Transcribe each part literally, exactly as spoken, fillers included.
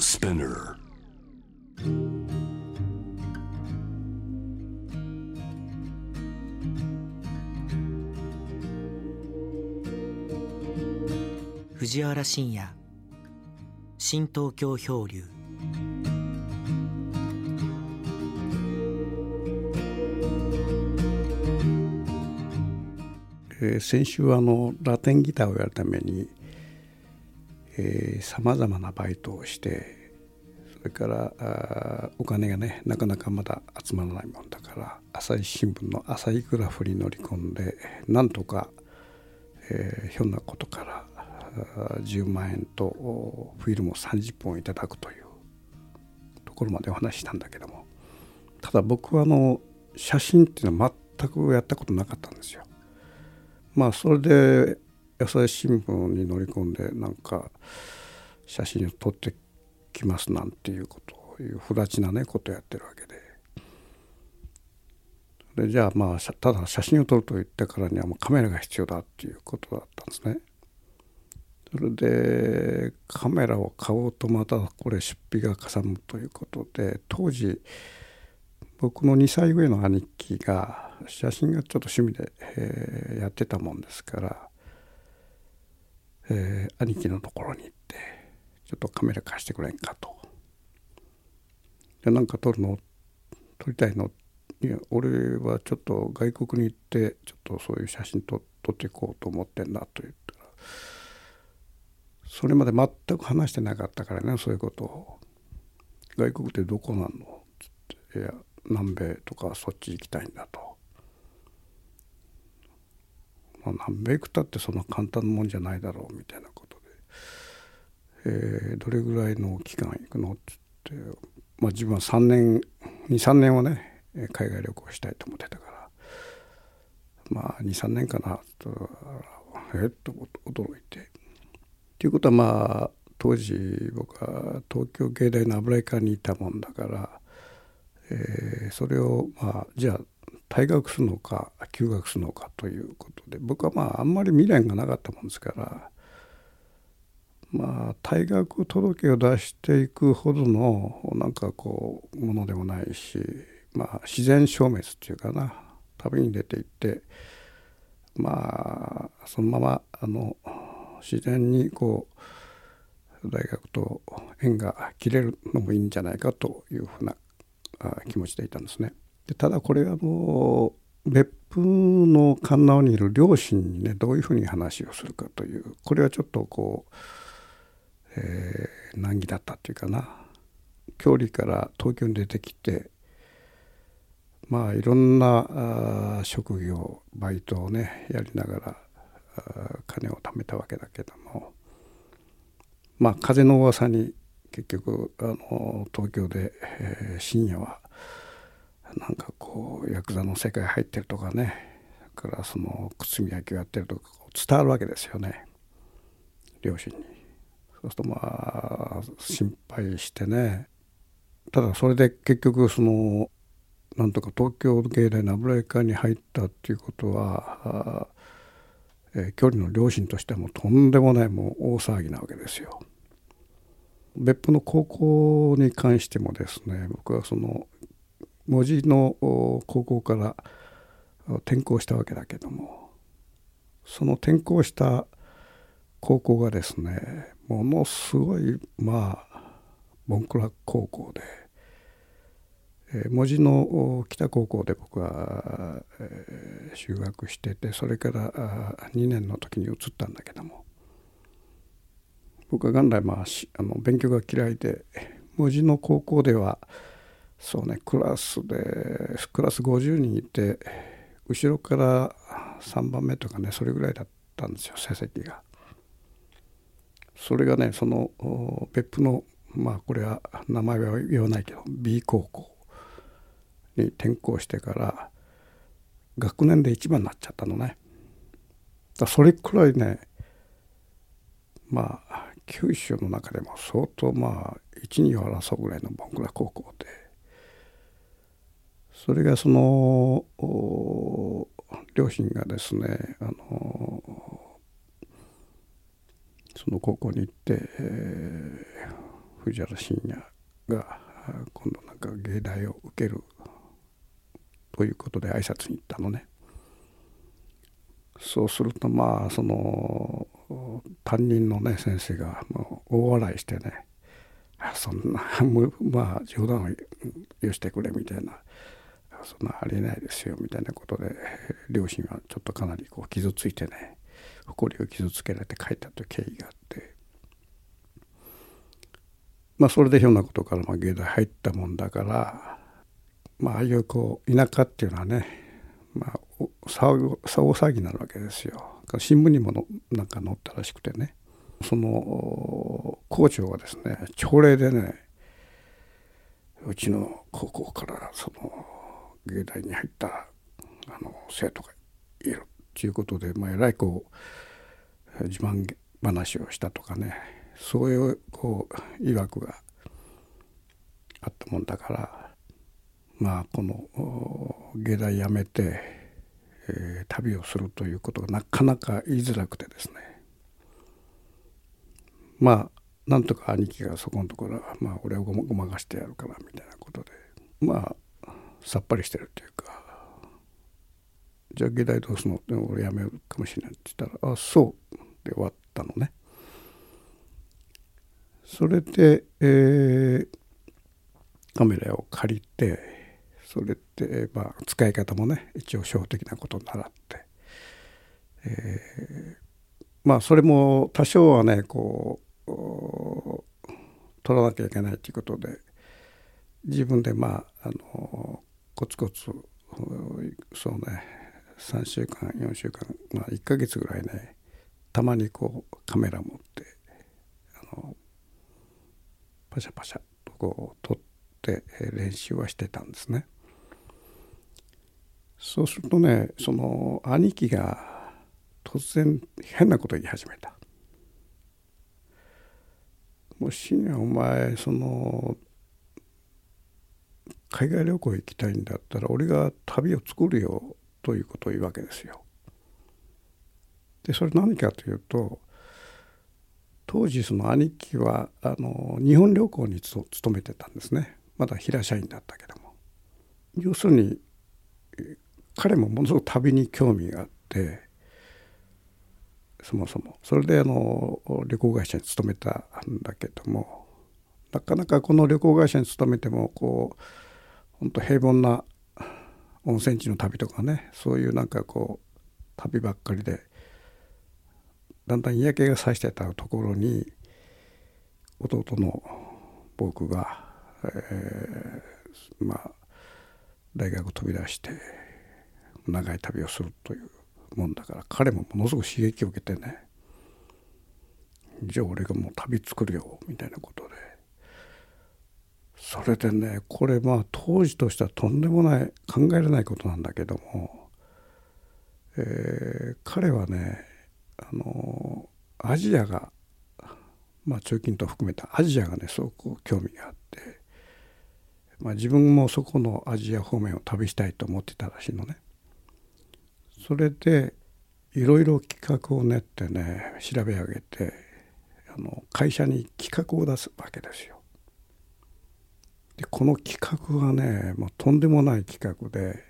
Spinner. 藤原信也新東京漂流。 えー、先週あのラテンギターをやるためにさまざまなバイトをして、それからあお金がねなかなかまだ集まらないもんだから朝日新聞の朝日グラフに乗り込んでなんとか、えー、ひょんなことからじゅうまんえんとフィルムをさんじゅっぽんいただくというところまでお話ししたんだけども、ただ僕はあの写真っていうのは全くやったことなかったんですよ。まあそれで朝日新聞に乗り込んでなんか写真を撮ってきますなんていうことをいう不埒なねことをやってるわけで、でじゃあまあただ写真を撮ると言ったからにはもうカメラが必要だっていうことだったんですね。それでカメラを買おうとまたこれ出費がかさむということで、当時僕のにさい上の兄貴が写真がちょっと趣味で、えー、やってたもんですから、えー、兄貴のところに行ってちょっとカメラ貸してくれんかと。でなんか撮るの撮りたいの、いや俺はちょっと外国に行ってちょっとそういう写真撮っていこうと思ってんだと言ったら、それまで全く話してなかったからね、そういうことを。外国ってどこなのつって、いや南米とかそっち行きたいんだと。まあ、南米行くたってそんな簡単なもんじゃないだろうみたいなことで、えー、どれぐらいの期間行くのっつって、まあ、自分はさんねんにさんねんはね海外旅行したいと思ってたから、まあにさんねんかなとえっと驚いて。ということはまあ当時僕は東京芸大の油絵科にいたもんだから、えー、それをまあじゃあ退学するのか休学するのかということで、僕はまああんまり未練がなかったもんですから、まあ退学届を出していくほどのなんかこうものでもないし、まあ自然消滅っていうかな、旅に出ていってまあそのままあの自然にこう大学と縁が切れるのもいいんじゃないかというふうな気持ちでいたんですね。でただこれあの別府の鉄輪にいる両親にねどういうふうに話をするかという、これはちょっとこう、えー、難儀だったっていうかな。郷里から東京に出てきてまあいろんな職業バイトをねやりながら金を貯めたわけだけども、まあ風の噂に結局あの東京で、えー、深夜はなんかこうヤクザの世界入ってるとかね、それからその靴磨きをやってるとか伝わるわけですよね、両親に。そうするとまあ心配してね、ただそれで結局そのなんとか東京芸大の油絵科に入ったっていうことは、えー、距離の両親としてはもうとんでもないもう大騒ぎなわけですよ。別府の高校に関してもですね、僕はその門司の高校から転校したわけだけども、その転校した高校がですねものすごいまあボンクラ高校で、えー、門司の北高校で僕は、えー、修学してて、それからにねんの時に移ったんだけども、僕は元来まああの勉強が嫌いで、門司の高校ではそうねクラスでクラスごじゅうにんいて後ろからさんばんめとかねそれぐらいだったんですよ、成績が。それがねその別府のまあこれは名前は言わないけど B 高校に転校してから学年で一番になっちゃったのね。だそれくらいねまあ九州の中でも相当まあ一二を争うぐらいのボンクラ高校で、それがその両親がですねあのその高校に行って、えー、 藤原信也が今度なんか芸大を受けるということで挨拶に行ったのね。そうするとまあその担任のね先生がもう大笑いしてね、あそんなまあ冗談をよしてくれみたいな、そんなありえないですよみたいなことで、両親はちょっとかなりこう傷ついてね、誇りを傷つけられて帰ったという経緯があって、まあそれでひょんなことからまあ芸大入ったもんだから、まあああいうこう田舎っていうのはね、まあ騒ぎ大騒ぎになるわけですよ。新聞にものなんか載ったらしくてね、その校長がですね朝礼でね、うちの高校からその芸大に入ったあの生徒がいるということで、まあ、えらいこう自慢話をしたとかね、そういうこう曰くがあったもんだから、まあこの芸大辞めて、えー、旅をするということがなかなか言いづらくてですね、まあなんとか兄貴がそこのところは、まあ、俺をごまごまかしてやるからみたいなことで、まあさっぱりしてるというか、じゃあ芸大どうすんのって俺辞めるかもしれないって言ったら、あそうで終わったのね。それで、えー、カメラを借りて、それで、まあ、使い方もね一応初歩的なことを習って、えー、まあそれも多少はねこう取らなきゃいけないということで、自分でまああのコツコツそうねさんしゅうかんよんしゅうかん、まあ、いっかげつぐらいね、たまにこうカメラ持ってあのパシャパシャとこう撮って練習はしてたんですね。そうするとね、その兄貴が突然変なこと言い始めた。もし深夜お前その海外旅行行きたいんだったら俺が旅を作るよということを言うわけですよ。でそれ何かというと、当時その兄貴はあの日本旅行に勤めてたんですね。まだ平社員だったけども、要するに彼もものすごく旅に興味があって、そもそもそれであの旅行会社に勤めたんだけども、なかなかこの旅行会社に勤めてもこう本当平凡な温泉地の旅とかね、そういうなんかこう旅ばっかりでだんだん嫌気がさしてたところに、弟の僕が、えー、まあ大学を飛び出して長い旅をするというもんだから、彼もものすごく刺激を受けてね、じゃあ俺がもう旅作るよみたいなことで、それでね、これまあ当時としてはとんでもない、考えられないことなんだけども、えー、彼はねあのアジアが、まあ、中近東含めたアジアがねすごく興味があって、まあ、自分もそこのアジア方面を旅したいと思ってたらしいのね。それでいろいろ企画を練ってね調べ上げて、あの会社に企画を出すわけですよ。でこの企画がね、まあ、とんでもない企画で、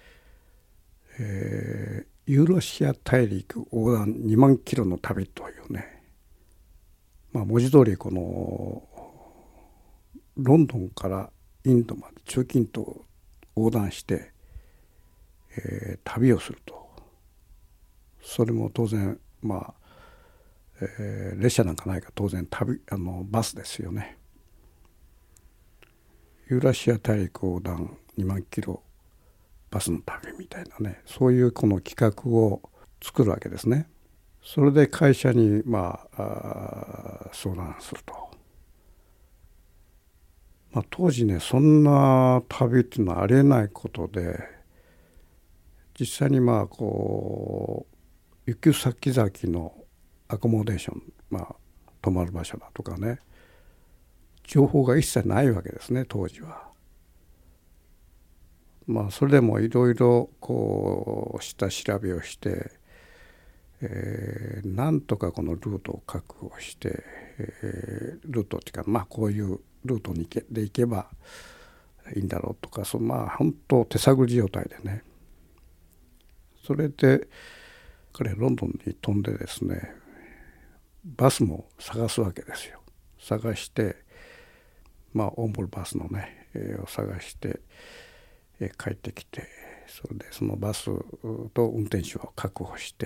えーユーラシア大陸横断にまんキロの旅というね、まあ、文字通りこのロンドンからインドまで中近東を横断して、えー、旅をすると。それも当然まあ、えー、列車なんかないから当然旅あのバスですよね。ユーラシア大陸横断にまんキロバスの旅みたいなね、そういうこの企画を作るわけですね。それで会社にまあ、あ相談すると、まあ、当時ねそんな旅っていうのはありえないことで、実際にまあこう行く先々のアコモデーション、まあ泊まる場所だとかね、情報が一切ないわけですね当時は。まあそれでもいろいろこう下調べをして、 えー、なんとかこのルートを確保して、えー、ルートっていうか、まあこういうルートに行けで行けばいいんだろうとか、そのまあ本当手探り状態でね、それで彼ロンドンに飛んでですね、バスも探すわけですよ。探して、まあオンボルバスのね、えー、を探して、えー、帰ってきて、それでそのバスと運転手を確保して、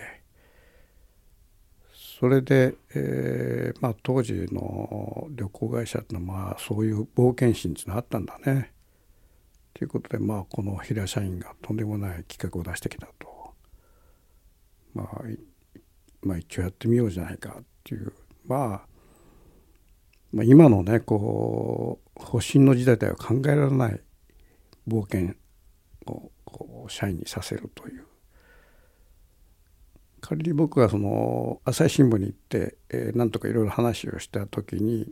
それで、えーまあ、当時の旅行会社っていうのは、まあ、そういう冒険心っていうのがあったんだね。ということで、まあ、この平社員がとんでもない企画を出してきたと、まあ、まあ一応やってみようじゃないかっていう、まあ、まあ今のねこう保身の時代では考えられない冒険をこう社員にさせるという。仮に僕がその朝日新聞に行って、えー、なんとかいろいろ話をした時に、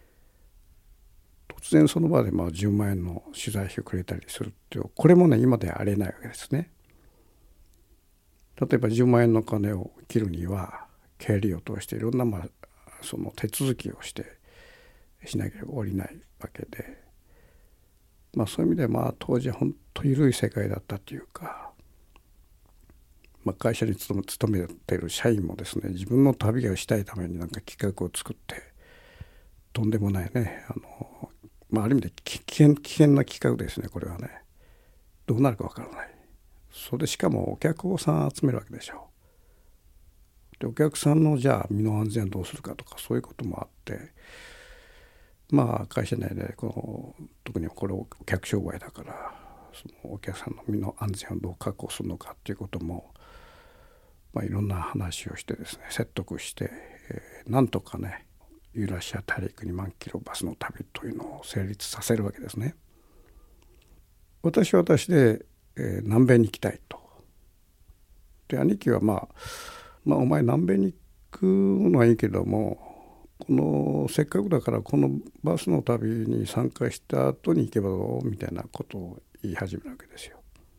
突然その場でまあじゅうまんえんの取材費をくれたりするっていう、これもね今ではありえないわけですね。例えばじゅうまんえんの金を切るには経理を通していろんなまあその手続きをしてしなければおりないわけで、まあそういう意味でまあ当時は本当に緩い世界だったというか、まあ、会社に勤めている社員もですね、自分の旅をしたいためになんか企画を作って、とんでもないね、あの、まあ、ある意味で危険、危険な企画ですね、これはね。どうなるかわからない。それでしかもお客さん集めるわけでしょう。でお客さんのじゃあ身の安全どうするかとか、そういうこともあって、まあ会社内でこの特にこれお客商売だから、そのお客さんの身の安全をどう確保するのかっていうことも、まあ、いろんな話をしてですね、説得して、えー、なんとかねユーラシア大陸にまんキロバスの旅というのを成立させるわけですね。私は私で、えー、南米に行きたいと。で兄貴は、まあ、まあお前南米に行くのはいいけども、このせっかくだからこのバスの旅に参加した後に行けばどうみたいなことを言い始めるわけですよ。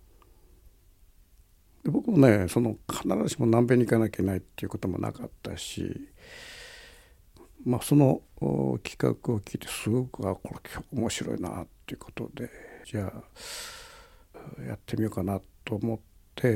で僕もねその必ずしも南米に行かなきゃいけないっていうこともなかったし、まあその企画を聞いてすごくあこれ面白いなっていうことで、じゃあやってみようかなと思って、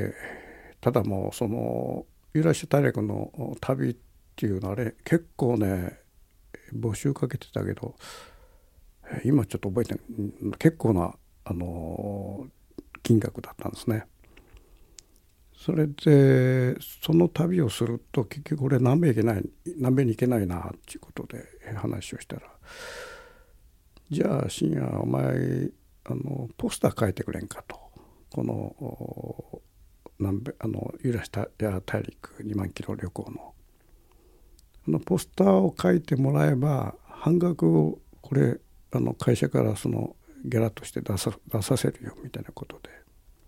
ただもうそのユーラシア大陸の旅っていうのはあれ結構ね募集かけてたけど、今ちょっと覚えてない、結構なあの金額だったんですね。それでその旅をすると結局俺南米行けない南米に行けないなっていうことで話をしたら、じゃあ深夜お前あのポスター書いてくれんかと、この南米あのユーラシア大陸にまんキロ旅行のこのポスターを書いてもらえば半額をこれあの会社からそのギャラとして出さ、出させるよみたいなことで、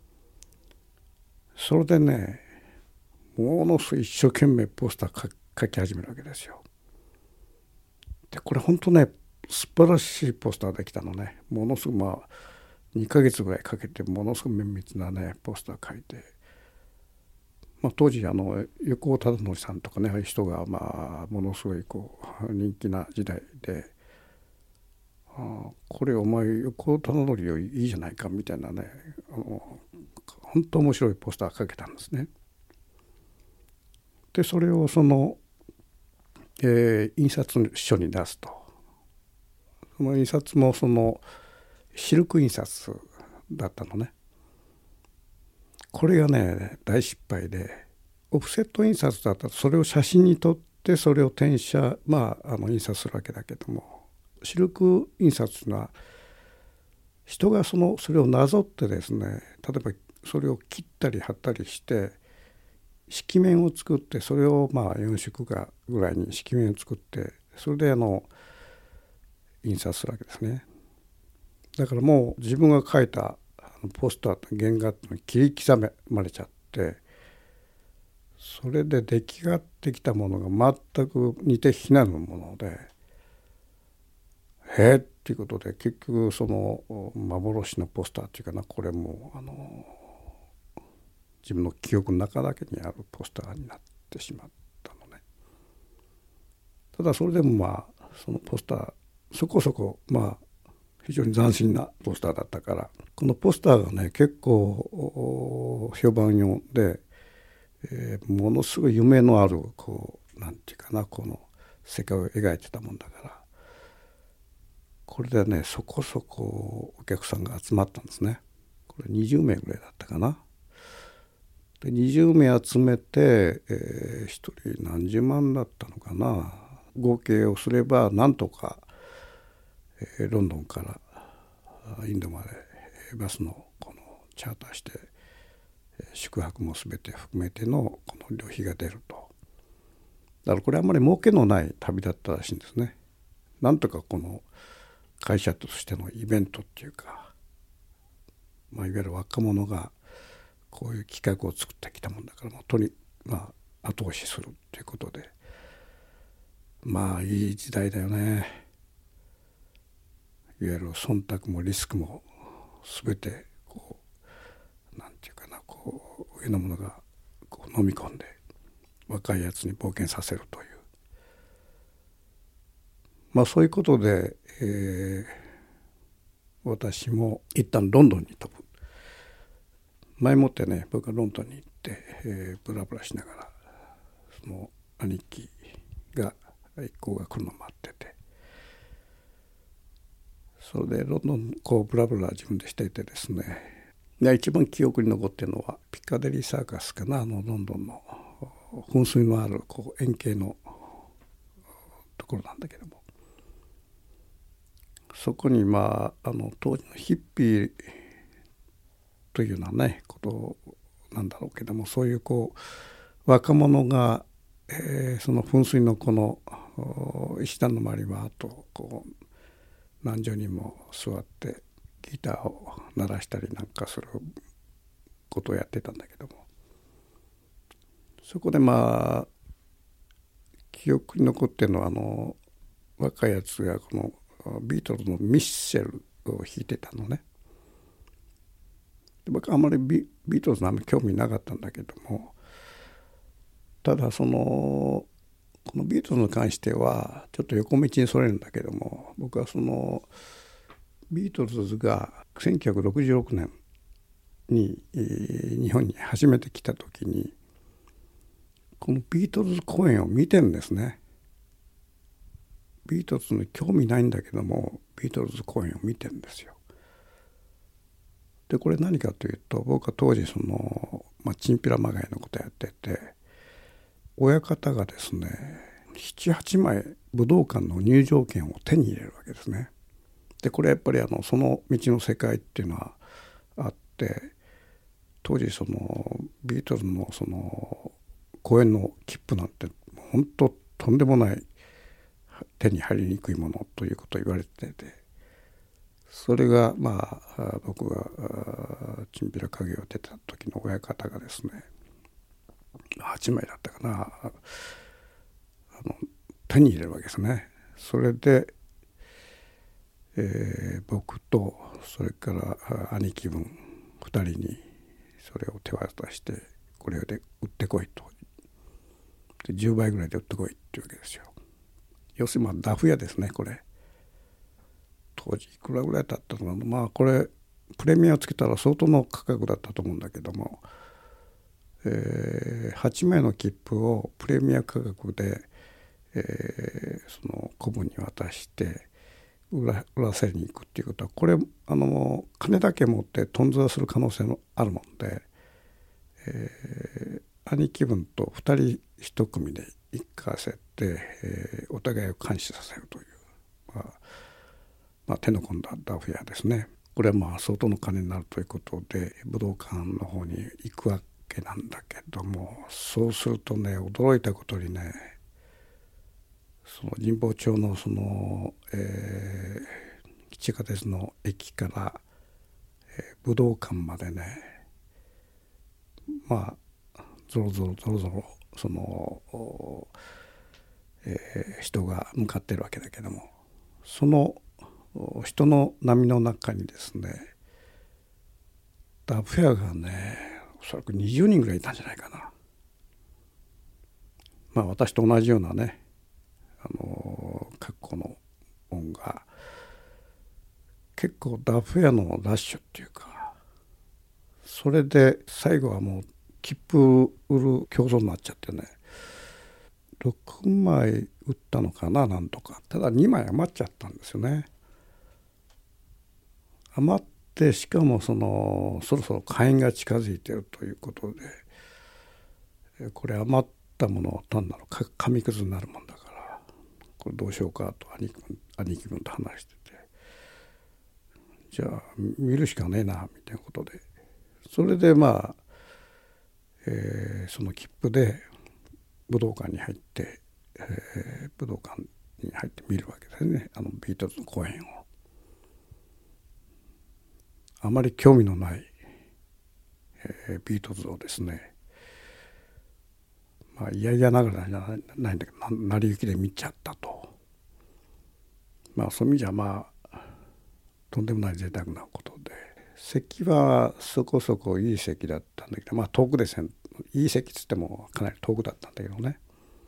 それでねものすごい一生懸命ポスター書き始めるわけですよ。でこれ本当ね素晴らしいポスターできたのね。ものすごくまあにかげつぐらいかけてものすごく綿密なねポスター書いて、まあ、当時あの横尾忠則さんとかねああいう人がまあものすごいこう人気な時代で、あこれお前横尾忠則よりいいじゃないかみたいなね、あの本当面白いポスター書けたんですね。でそれをその、えー、印刷所に出すと、その印刷もそのシルク印刷だったのね。これがね大失敗で、オフセット印刷だったらそれを写真に撮ってそれを転写まああの印刷するわけだけども、シルク印刷というのは人がそのそれをなぞってですね、例えばそれを切ったり貼ったりして色面を作って、それをまあよん色がぐらいに色面を作って、それであの印刷するわけですね。だからもう自分が書いたポスターと原画っていうのに切り刻まれちゃって、それで出来上がってきたものが全く似て非なるもので、へえっていうことで結局その幻のポスターっていうかな、これもあの自分の記憶の中だけにあるポスターになっってしまったのね。ただそれでもまあそのポスターそこそこまあ非常に斬新なポスターだったから、このポスターがね結構評判よで、えー、ものすごい夢のあるこうなんていうかな、この世界を描いてたもんだから、これでねそこそこお客さんが集まったんですね。これにじゅうめいぐらいだったかな。でにじゅうめい集めて、えー、ひとり何十万だったのかな。合計をすればなんとか、えー、ロンドンからインドまでバスのこのチャーターして宿泊も全て含めてのこの旅費が出ると。だからこれあんまり儲けのない旅だったらしいんですね。なんとかこの会社としてのイベントっていうか、まあ、いわゆる若者がこういう企画を作ってきたもんだから、もうとに、まあ、後押しするっていうことで、まあいい時代だよね。いわゆる忖度もリスクも全てこうなんていうかな、こう上のものがこう飲み込んで若いやつに冒険させるという、まあそういうことで、えー、私も一旦ロンドンに飛ぶ。前もってね僕はロンドンに行って、えー、ブラブラしながらその兄貴が一行が来るのを待ってて、それでロンドンこうブラブラ自分でしていてですね、で一番記憶に残っているのはピカデリーサーカスかな。あのロンドンの噴水のあるこう円形のところなんだけども、そこにまああの当時のヒッピーというようなねことなんだろうけども、そういうこう若者が、えー、その噴水のこの石段の周りはあとこう何十人も座ってギターを鳴らしたりなんかすることをやってたんだけども、そこでまあ記憶に残ってるのはあの若いやつがこのビートルズのミッシェルを弾いてたのね。で僕はあまり ビ, ビートルズのあんまり興味なかったんだけども、ただそのこのビートルズに関してはちょっと横道にそれるんだけども、僕はそのビートルズがせんきゅうひゃくろくじゅうろくねんに日本に初めて来た時にこのビートルズ公演を見てるんですね。ビートルズに興味ないんだけどもビートルズ公演を見てるんですよ。でこれ何かというと、僕は当時その、まあ、チンピラまがいのことやってて、親方がですねななはちまい武道館の入場券を手に入れるわけですね。でこれやっぱりあのその道の世界っていうのはあって、当時そのビートルズのその公演の切符なんて本当とんでもない手に入りにくいものということを言われてて、それがまあ僕がチンピラ影を出た時の親方がですねはちまいだったかな、あの手に入れるわけですね。それで、えー、僕とそれから兄貴分ふたりにそれを手渡して、これで売ってこいと、でじゅうばいぐらいで売ってこいっていうわけですよ。要するにまあダフ屋ですね。これ当時いくらぐらいだったのかな、まあこれプレミアつけたら相当の価格だったと思うんだけども、えー、はちまいの切符をプレミア価格で、えー、その子分に渡して売ら、売らせに行くっていうことは、これあの金だけ持ってとんずらする可能性のあるもんで、えー、兄貴分とふたり一組で行かせて、えー、お互いを監視させるという、まあまあ、手の込んだダフ屋ですね。これはまあ相当の金になるということで武道館の方に行くわけなんだけども、そうするとね驚いたことにね、その神保町のその、えー、地下鉄の駅から、えー、武道館までね、まあぞろぞろぞろぞろその、えー、人が向かってるわけだけども、その人の波の中にですねダフ屋がねおそらくにじゅうにんぐらいいたんじゃないかな。 まあ私と同じようなねあの格好の門が結構ダフ屋のラッシュっていうか、それで最後はもう切符売る競争になっちゃってね、ろくまい売ったのかな、なんとか。ただにまい余っちゃったんですよね。余って、しかもそのそろそろ開演が近づいているということで、これ余ったものを単なる紙くずになるもんだから、これどうしようかと兄貴分兄貴分と話してて、じゃあ見るしかねえなみたいなことで、それでまあ、えー、その切符で武道館に入って、えー、武道館に入って見るわけですね、あのビートルズの公演を。あまり興味のない、えー、ビートルズをですね、まあ嫌々ながらじゃないんだけど、成り行きで見ちゃったと。まあそういう意味じゃまあとんでもない贅沢なことで、席はそこそこいい席だったんだけど、まあ遠くですね、いい席っつってもかなり遠くだったんだけどね。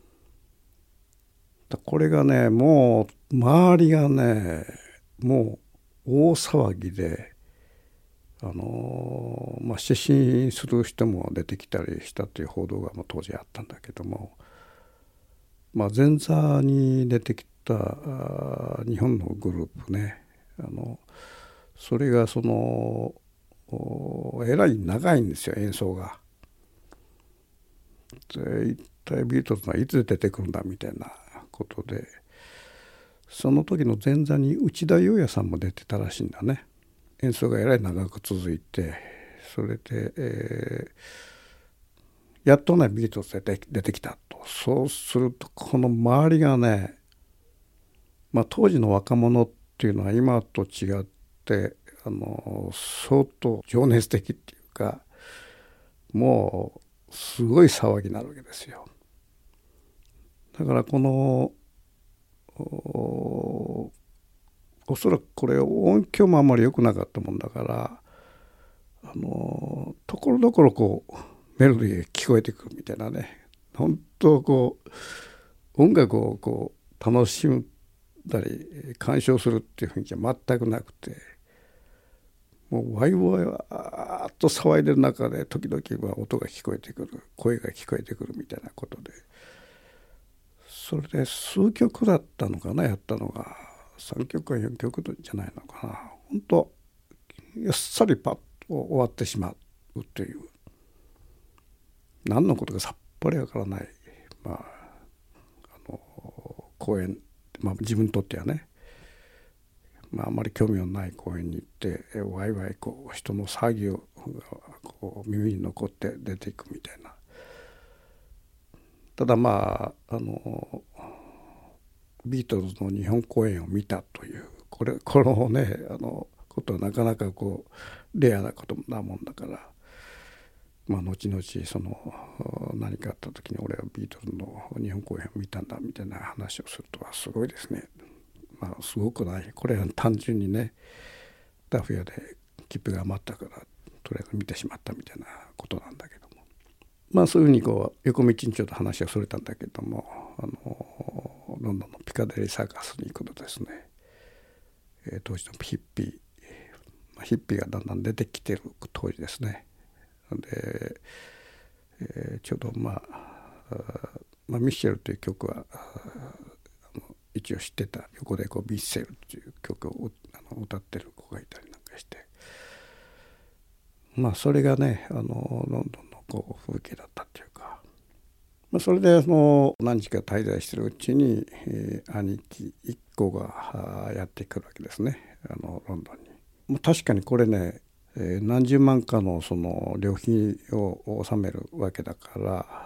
これがね、もう周りがねもう大騒ぎで、あのまあ失神する人も出てきたりしたという報道がもう当時あったんだけども、まあ、前座に出てきた日本のグループね、あのそれがそのえらい長いんですよ、演奏が。で一体ビートルズはいつ出てくるんだみたいなことで、その時の前座に内田裕也さんも出てたらしいんだね。演奏がえらい長く続いて、それで、えー、やっとねビートルズで出てきたと。そうするとこの周りがね、まあ、当時の若者っていうのは今と違ってあの相当情熱的っていうか、もうすごい騒ぎになるわけですよ。だからこの お, おそらくこれ音響もあんまり良くなかったもんだから、あのところどころこうメロディーが聞こえてくるみたいなね、本当こう音楽をこう楽しむたり鑑賞するっていう雰囲気は全くなくて、もうワイワイわーっと騒いでる中で時々は音が聞こえてくる、声が聞こえてくるみたいなことで、それで数曲だったのかな、やったのがさんきょくかよんきょくじゃないのかな、本当やっさりパッと終わってしまうという、何のことかさっぱりわからない、まあ、あの公演、まあ、自分にとってはね、まあ、あまり興味のない公園に行ってワイワイこう人の騒ぎをこう耳に残って出ていくみたいな。ただまああのビートルズの日本公演を見たというこれこのねあのことはなかなかこうレアなことなもんだから、まあ、後々その何かあった時に俺はビートルズの日本公演を見たんだみたいな話をするとはすごいですね。まあすごくない、これは単純にねダフ屋で切符が余ったからとりあえず見てしまったみたいなことなんだけども、まあそういうふうにこう横道にちょっと話がそれたんだけども、あのロンドンのピカデリーサーカスに行くとですね、えー、当時のヒッピーヒッピーがだんだん出てきてる当時ですね。で、えー、ちょうどまあ、まあ、ミッシェルという曲は一応知ってた、横でこうビッセルという曲をあの歌ってる子がいたりなんかして、まあそれがねあのロンドンのこう風景だったっていうか、まあ、それでその何日か滞在してるうちに、えー、兄貴一行がやってくるわけですね、あのロンドンに。まあ、確かにこれね、えー、何十万かのその旅費を納めるわけだから、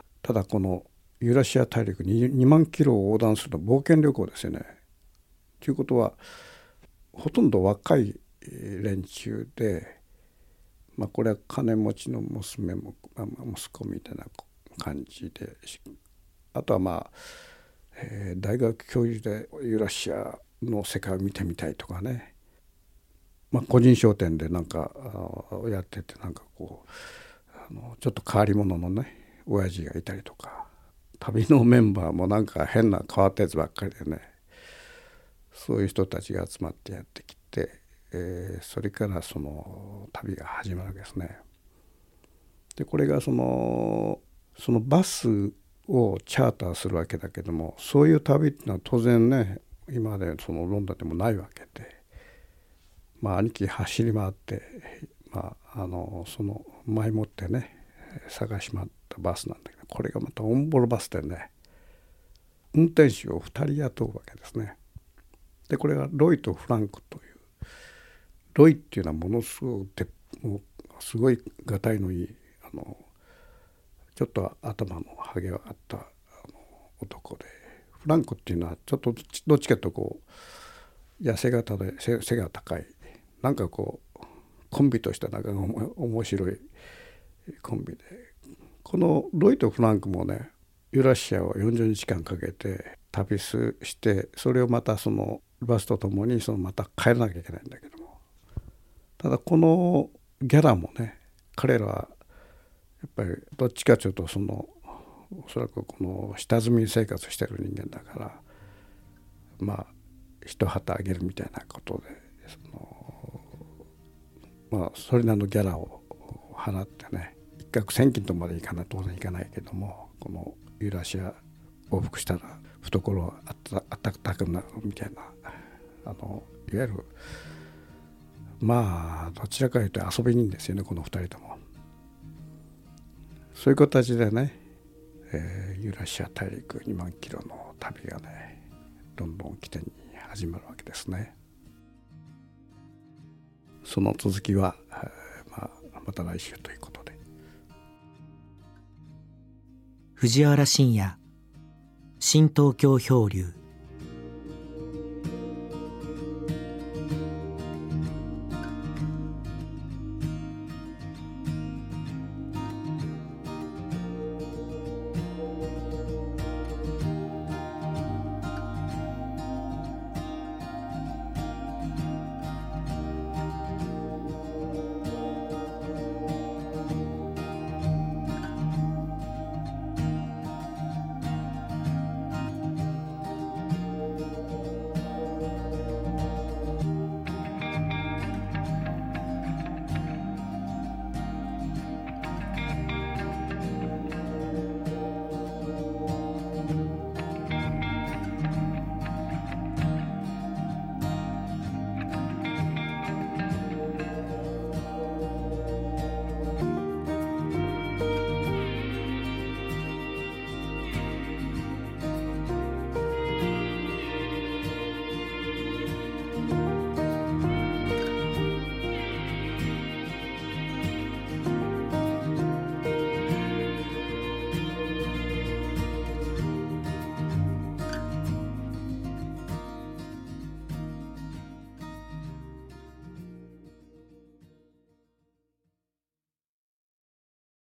ただこのユーラシア大陸ににまんキロを横断する冒険旅行ですよね。ということはほとんど若い連中で、まあ、これは金持ちの娘も、まあ、息子みたいな感じで、あとはまあ、えー、大学教授でユーラシアの世界を見てみたいとかね、まあ、個人商店でなんかやってて、なんかこうあのちょっと変わり者のね親父がいたりとか、 旅のメンバーもなんか変な変わったやつばっかりでね、そういう人たちが集まってやってきて、えー、それからその旅が始まるわけですね。でこれがそのそのバスをチャーターするわけだけども、そういう旅っていうのは当然ね今までそのロンドンでもないわけで、まあ兄貴走り回って、まあ、あのその前もってね探し回ったバスなんだけど、これがまたオンボロバスでね運転手をふたり雇うわけですね。でこれがロイとフランクという、ロイっていうのはものすごくもうすごいがたいのいいあのちょっと頭のハゲがあったあの男で、フランクっていうのはちょっとどっちかとこう痩せ型で 背, 背が高い、なんかこうコンビとしたなんか面白いコンビで、このロイとフランクもねユーラシアをよんじゅうにちかんかけて旅して、それをまたそのバスとともにそのまた帰らなきゃいけないんだけども、ただこのギャラもね彼らはやっぱりどっちかというとそのおそらくこの下積み生活してる人間だから、まあ一旗あげるみたいなことでそのまあそれなりのギャラを払ってね、一攫千金とまでいかない当然いかないけども、このユーラシア往復したら懐があったあったかくなるみたいな、あのいわゆるまあどちらかというと遊び人ですよね、このふたりとも。そういう形でね、えー、ユーラシア大陸にまんキロの旅がねどんどん起点に始まるわけですね。その続きは、えーまあ、また来週ということで。 藤原信也、新東京漂流。